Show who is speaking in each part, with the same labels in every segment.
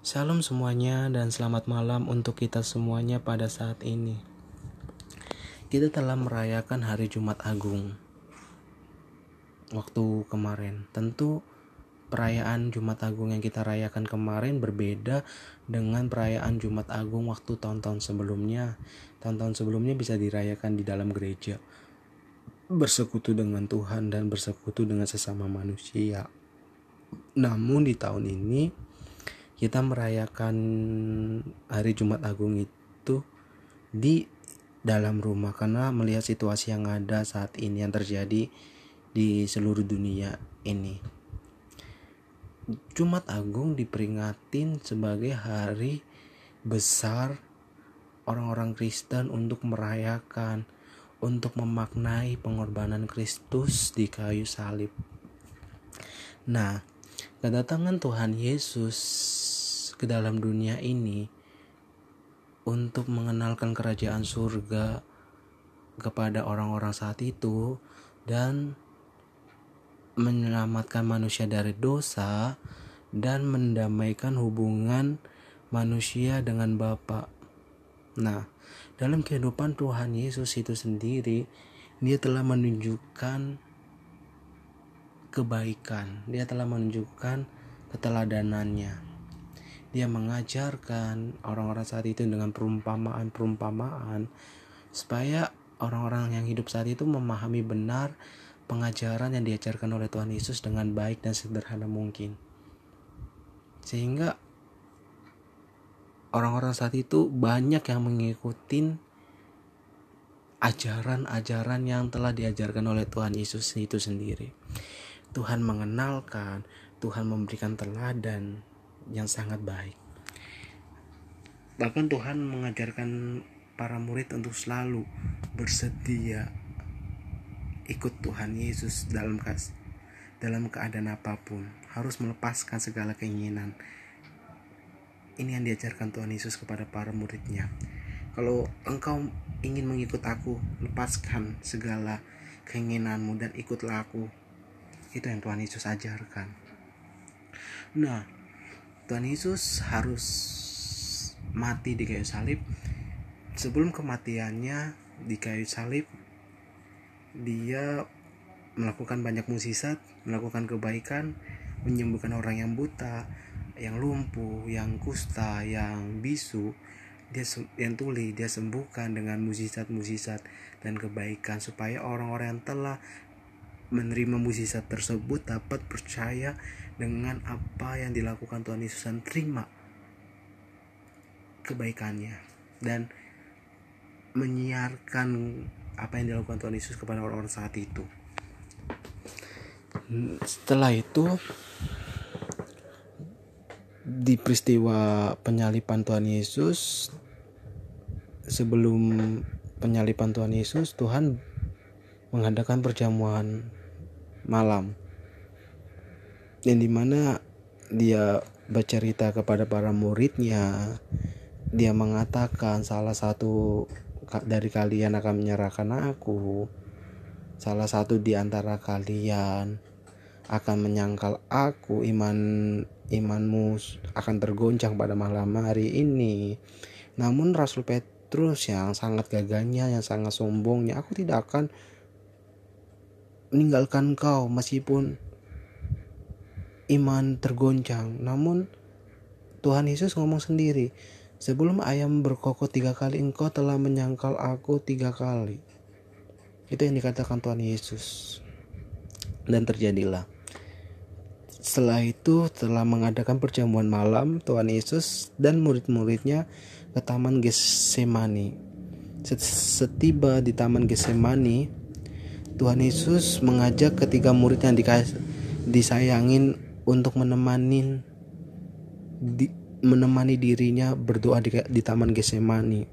Speaker 1: Shalom semuanya dan selamat malam untuk kita semuanya pada saat ini. Kita telah merayakan hari Jumat Agung waktu kemarin. Tentu perayaan Jumat Agung yang kita rayakan kemarin berbeda dengan perayaan Jumat Agung waktu tahun-tahun sebelumnya. Tahun-tahun sebelumnya bisa dirayakan di dalam gereja, bersekutu dengan Tuhan dan bersekutu dengan sesama manusia. Namun di tahun ini kita merayakan hari Jumat Agung itu di dalam rumah karena melihat situasi yang ada saat ini yang terjadi di seluruh dunia ini. Jumat Agung diperingatin sebagai hari besar orang-orang Kristen untuk merayakan, untuk memaknai pengorbanan Kristus di kayu salib. Nah, kedatangan Tuhan Yesus ke dalam dunia ini untuk mengenalkan kerajaan surga kepada orang-orang saat itu dan menyelamatkan manusia dari dosa dan mendamaikan hubungan manusia dengan Bapa. Nah, dalam kehidupan Tuhan Yesus itu sendiri, Dia telah menunjukkan kebaikan, Dia telah menunjukkan keteladanannya. Dia mengajarkan orang-orang saat itu dengan perumpamaan supaya orang-orang yang hidup saat itu memahami benar pengajaran yang diajarkan oleh Tuhan Yesus dengan baik dan sederhana mungkin. Sehingga orang-orang saat itu banyak yang mengikuti ajaran-ajaran yang telah diajarkan oleh Tuhan Yesus itu sendiri. Tuhan mengenalkan, Tuhan memberikan teladan yang sangat baik. Bahkan Tuhan mengajarkan para murid untuk selalu bersedia ikut Tuhan Yesus dalam keadaan apapun, harus melepaskan segala keinginan. Ini yang diajarkan Tuhan Yesus kepada para muridnya. Kalau engkau ingin mengikut aku, lepaskan segala keinginanmu dan ikutlah aku. Itu yang Tuhan Yesus ajarkan. Nah, Tuhan Yesus harus mati di kayu salib. Sebelum kematiannya di kayu salib, Dia melakukan banyak mukjizat, melakukan kebaikan, menyembuhkan orang yang buta, yang lumpuh, yang kusta, yang bisu. Yang tuli Dia sembuhkan dengan mukjizat-mukjizat dan kebaikan supaya orang-orang yang telah menerima mukjizat tersebut dapat percaya dengan apa yang dilakukan Tuhan Yesus dan terima kebaikannya dan menyiarkan apa yang dilakukan Tuhan Yesus kepada orang-orang saat itu. Setelah itu, di peristiwa penyaliban Tuhan Yesus, sebelum penyaliban Tuhan Yesus, Tuhan mengadakan perjamuan malam yang dimana Dia bercerita kepada para muridnya. Dia mengatakan salah satu dari kalian akan menyerahkan aku, salah satu di antara kalian akan menyangkal aku, imanmu akan tergoncang pada malam hari ini. Namun Rasul Petrus yang sangat gagahnya, yang sangat sombongnya, aku tidak akan meninggalkan kau meskipun iman tergoncang. Namun Tuhan Yesus ngomong sendiri, sebelum ayam berkokok 3 kali, engkau telah menyangkal aku 3 kali. Itu yang dikatakan Tuhan Yesus. Dan terjadilah. Setelah itu, telah mengadakan perjamuan malam, Tuhan Yesus dan murid-muridnya ke Taman Getsemani. Setiba di Taman Getsemani, Tuhan Yesus mengajak ketiga murid yang disayangin untuk menemani dirinya berdoa di Taman Getsemani.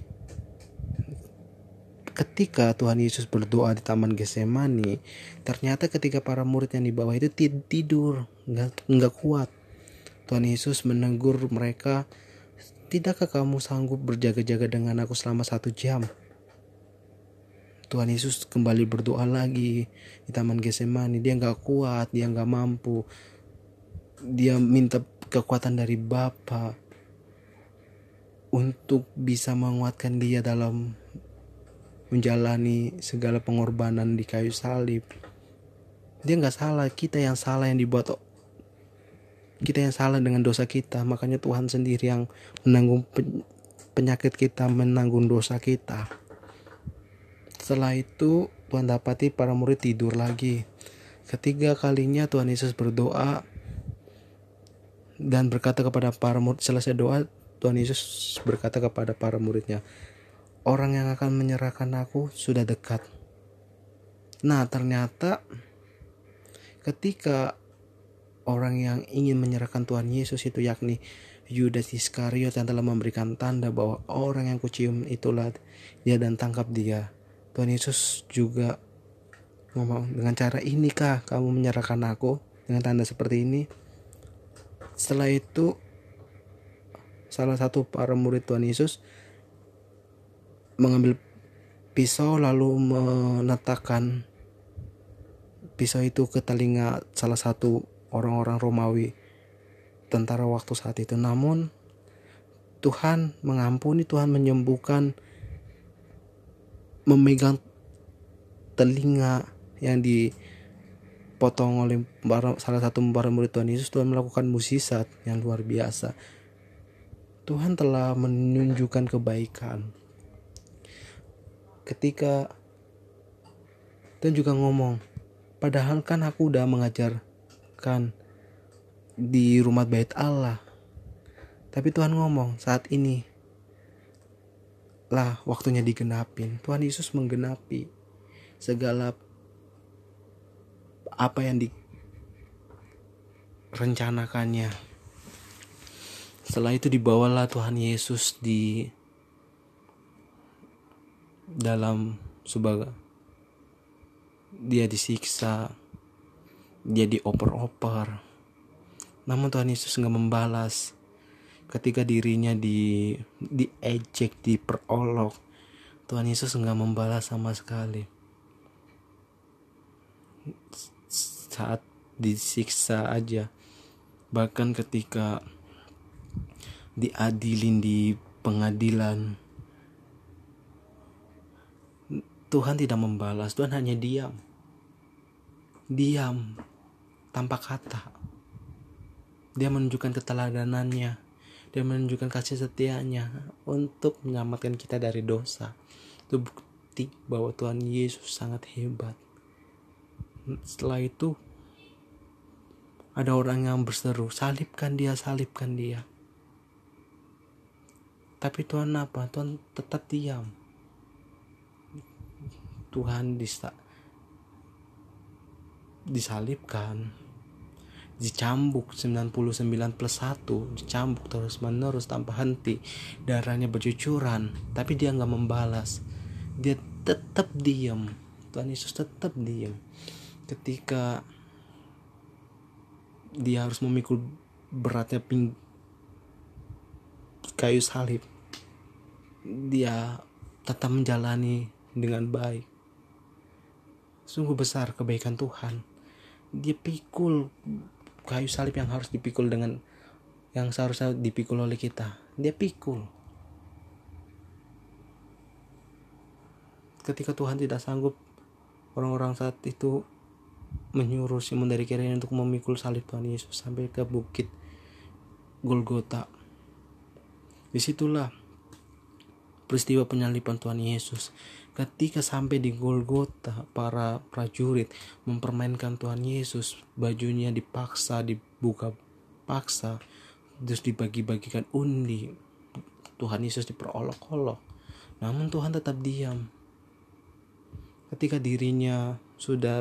Speaker 1: Ketika Tuhan Yesus berdoa di Taman Getsemani, ternyata ketika para murid yang di bawah itu tidur, nggak kuat. Tuhan Yesus menegur mereka, tidakkah kamu sanggup berjaga-jaga dengan aku selama 1 jam? Tuhan Yesus kembali berdoa lagi di Taman Getsemani. Dia nggak kuat, dia nggak mampu. Dia minta kekuatan dari Bapa untuk bisa menguatkan dia dalam menjalani segala pengorbanan di kayu salib. Dia gak salah, kita yang salah, yang dibuat kita yang salah dengan dosa kita. Makanya Tuhan sendiri yang menanggung penyakit kita, menanggung dosa kita. Setelah itu Tuhan dapati para murid tidur lagi. Ketiga kalinya Tuhan Yesus berdoa dan berkata kepada para murid. Selesai doa, Tuhan Yesus berkata kepada para muridnya, orang yang akan menyerahkan aku sudah dekat. Nah, ternyata ketika orang yang ingin menyerahkan Tuhan Yesus itu, yakni Yudas Iskariot yang telah memberikan tanda bahwa orang yang kucium itulah dia dan tangkap dia, Tuhan Yesus juga ngomong, dengan cara inikah kamu menyerahkan aku, dengan tanda seperti ini? Setelah itu salah satu para murid Tuhan Yesus mengambil pisau lalu meletakkan pisau itu ke telinga salah satu orang-orang Romawi, tentara waktu saat itu. Namun Tuhan mengampuni, Tuhan menyembuhkan, memegang telinga yang dipotong oleh salah satu para murid Tuhan Yesus. Tuhan melakukan mukjizat yang luar biasa. Tuhan telah menunjukkan kebaikan. Ketika Tuhan juga ngomong, padahal kan aku udah mengajarkan di rumah bait Allah, tapi Tuhan ngomong saat ini lah waktunya digenapin. Tuhan Yesus menggenapi segala apa yang direncanakannya. Setelah itu dibawalah Tuhan Yesus di dalam sebagai dia disiksa, dia dioper-oper. Namun Tuhan Yesus gak membalas. Ketika dirinya diejek, diperolok, Tuhan Yesus gak membalas sama sekali. Saat disiksa aja, bahkan ketika diadilin di pengadilan, Tuhan tidak membalas. Tuhan hanya diam tanpa kata. Dia menunjukkan keteladanannya, dia menunjukkan kasih setianya untuk menyelamatkan kita dari dosa. Itu bukti bahwa Tuhan Yesus sangat hebat. Setelah itu ada orang yang berseru, salibkan dia, salibkan dia. Tapi Tuhan apa? Tuhan tetap diam. Tuhan disalibkan, dicambuk 99+1, dicambuk terus menerus tanpa henti, darahnya bercucuran, tapi dia gak membalas. Dia tetap diam. Tuhan Yesus tetap diam. Ketika dia harus memikul beratnya kayu salib, dia tetap menjalani dengan baik. Sungguh besar kebaikan Tuhan. Dia pikul kayu salib yang harus dipikul dengan yang seharusnya dipikul oleh kita. Dia pikul. Ketika Tuhan tidak sanggup, orang-orang saat itu menyuruh Simon dari Kirene untuk memikul salib Tuhan Yesus sampai ke bukit Golgota. Disitulah peristiwa penyaliban Tuhan Yesus. Ketika sampai di Golgota, para prajurit mempermainkan Tuhan Yesus. Bajunya dipaksa, dibuka paksa, terus dibagi-bagikan undi. Tuhan Yesus diperolok-olok. Namun Tuhan tetap diam. Ketika dirinya sudah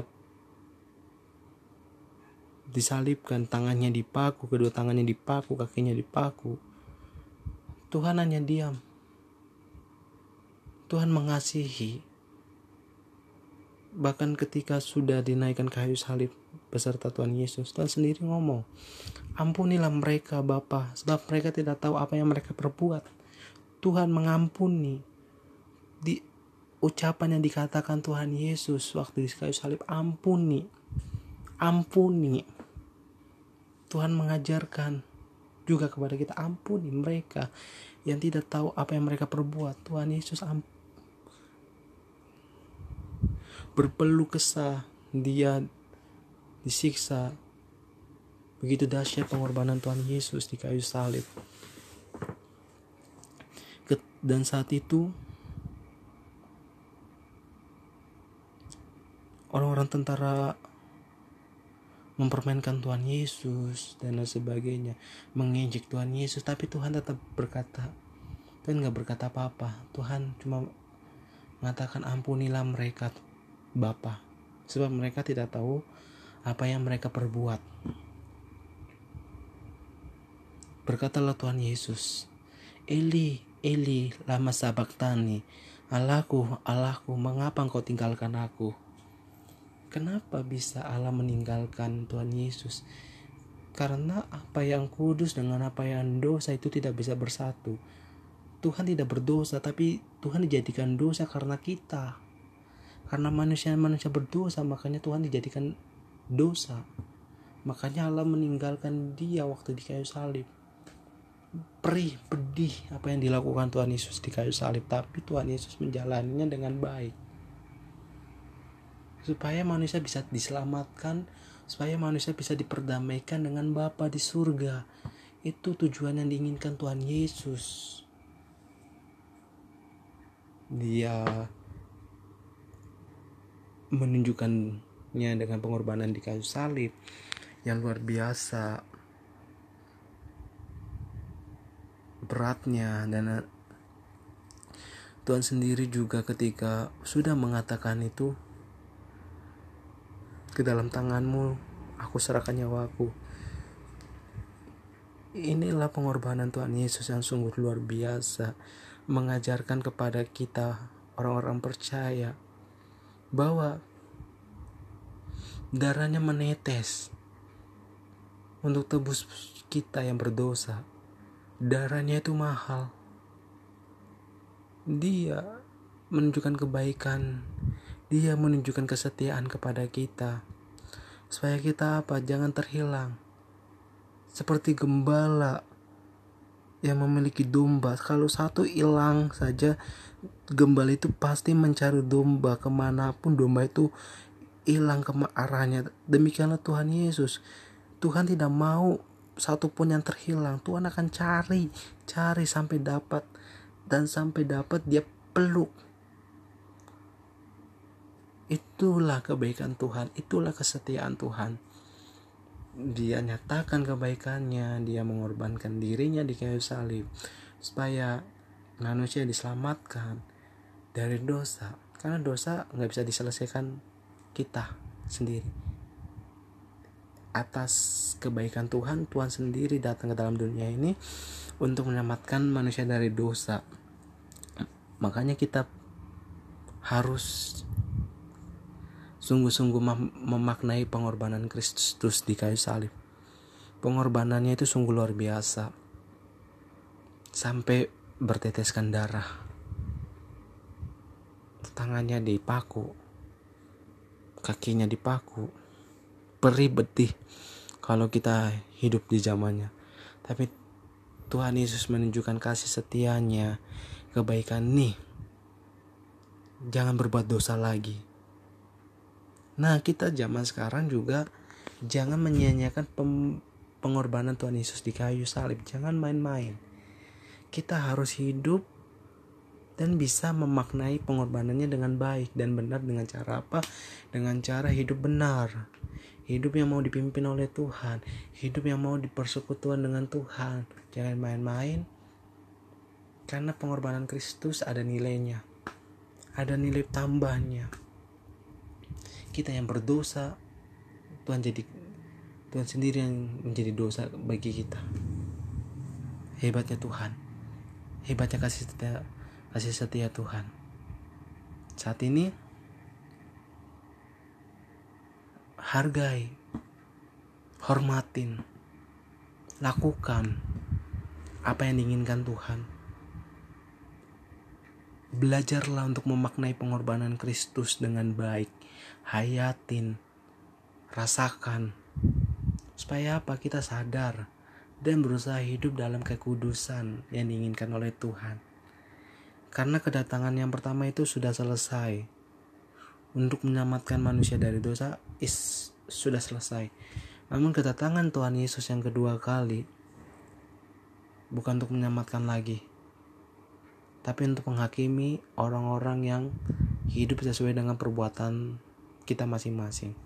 Speaker 1: disalibkan, tangannya dipaku, kedua tangannya dipaku, kakinya dipaku, Tuhan hanya diam. Tuhan mengasihi. Bahkan ketika sudah dinaikkan kayu salib beserta Tuhan Yesus, Tuhan sendiri ngomong, ampunilah mereka Bapa, sebab mereka tidak tahu apa yang mereka perbuat. Tuhan mengampuni. Di ucapan yang dikatakan Tuhan Yesus waktu di kayu salib, ampuni. Tuhan mengajarkan juga kepada kita. Ampuni mereka yang tidak tahu apa yang mereka perbuat. Tuhan Yesus berpeluh kesah, dia disiksa. Begitu dahsyat pengorbanan Tuhan Yesus di kayu salib. Dan saat itu orang-orang tentara mempermainkan Tuhan Yesus dan lain sebagainya, mengejek Tuhan Yesus, tapi Tuhan tetap berkata, Tuhan gak berkata apa-apa. Tuhan cuma mengatakan, ampunilah mereka Bapa, sebab mereka tidak tahu apa yang mereka perbuat. Berkatalah Tuhan Yesus, Eli, Eli, lama sabachthani, Allahku, Allahku, mengapa engkau tinggalkan aku? Kenapa bisa Allah meninggalkan Tuhan Yesus? Karena apa yang kudus dengan apa yang dosa itu tidak bisa bersatu. Tuhan tidak berdosa, tapi Tuhan dijadikan dosa karena kita. Karena manusia berdosa, makanya Tuhan dijadikan dosa. Makanya Allah meninggalkan dia waktu di kayu salib. Perih, pedih apa yang dilakukan Tuhan Yesus di kayu salib, tapi Tuhan Yesus menjalaninya dengan baik. Supaya manusia bisa diselamatkan, supaya manusia bisa diperdamaikan dengan Bapa di surga. Itu tujuan yang diinginkan Tuhan Yesus. Dia menunjukkannya dengan pengorbanan di kayu salib yang luar biasa beratnya. Dan Tuhan sendiri juga ketika sudah mengatakan itu, ke dalam tanganmu aku serahkan nyawaku. Inilah pengorbanan Tuhan Yesus yang sungguh luar biasa, mengajarkan kepada kita orang-orang percaya bahwa darahnya menetes untuk tebus kita yang berdosa. Darahnya itu mahal. Dia menunjukkan kebaikan, dia menunjukkan kesetiaan kepada kita, supaya kita jangan terhilang. Seperti gembala yang memiliki domba, kalau satu hilang saja, gembala itu pasti mencari domba kemanapun domba itu hilang ke arahnya. Demikianlah Tuhan Yesus. Tuhan tidak mau satupun yang terhilang. Tuhan akan cari sampai dapat, dan sampai dapat dia peluk. Itulah kebaikan Tuhan, itulah kesetiaan Tuhan. Dia nyatakan kebaikannya, dia mengorbankan dirinya di kayu salib supaya manusia diselamatkan dari dosa. Karena dosa gak bisa diselesaikan kita sendiri. Atas kebaikan Tuhan, Tuhan sendiri datang ke dalam dunia ini untuk menyelamatkan manusia dari dosa. Makanya kita harus sungguh-sungguh memaknai pengorbanan Kristus di kayu salib. Pengorbanannya itu sungguh luar biasa, sampai berteteskan darah. Tangannya dipaku, kakinya dipaku. Perih bedih kalau kita hidup di zamannya. Tapi Tuhan Yesus menunjukkan kasih setianya, kebaikan nih. Jangan berbuat dosa lagi. Nah, kita zaman sekarang juga jangan menyia-nyiakan pengorbanan Tuhan Yesus di kayu salib. Jangan main-main. Kita harus hidup dan bisa memaknai pengorbanannya dengan baik dan benar. Dengan cara apa? Dengan cara hidup benar. Hidup yang mau dipimpin oleh Tuhan. Hidup yang mau dipersekutuan dengan Tuhan. Jangan main-main. Karena pengorbanan Kristus ada nilainya. Ada nilai tambahnya. Kita yang berdosa, Tuhan sendiri yang menjadi dosa bagi kita. Hebatnya Tuhan, hebatnya kasih setia Tuhan. Saat ini hargai, hormatin, lakukan apa yang diinginkan Tuhan. Belajarlah untuk memaknai pengorbanan Kristus dengan baik. Hayatin, rasakan. Supaya apa? Kita sadar dan berusaha hidup dalam kekudusan yang diinginkan oleh Tuhan. Karena kedatangan yang pertama itu sudah selesai. Untuk menyelamatkan manusia dari dosa sudah selesai. Namun kedatangan Tuhan Yesus yang kedua kali bukan untuk menyelamatkan lagi, tapi untuk menghakimi orang-orang yang hidup sesuai dengan perbuatan kita masing-masing.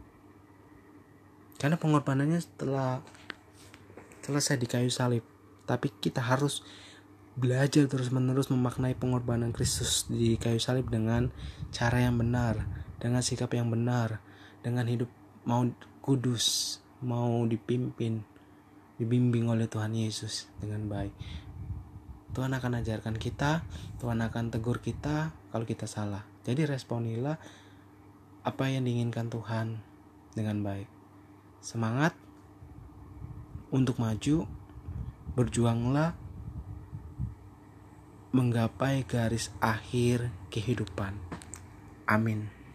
Speaker 1: Karena pengorbanannya telah selesai di kayu salib, tapi kita harus belajar terus-menerus memaknai pengorbanan Kristus di kayu salib dengan cara yang benar, dengan sikap yang benar, dengan hidup mau kudus, mau dibimbing oleh Tuhan Yesus dengan baik. Tuhan akan ajarkan kita, Tuhan akan tegur kita kalau kita salah. Jadi responilah apa yang diinginkan Tuhan dengan baik. Semangat untuk maju, berjuanglah menggapai garis akhir kehidupan. Amin.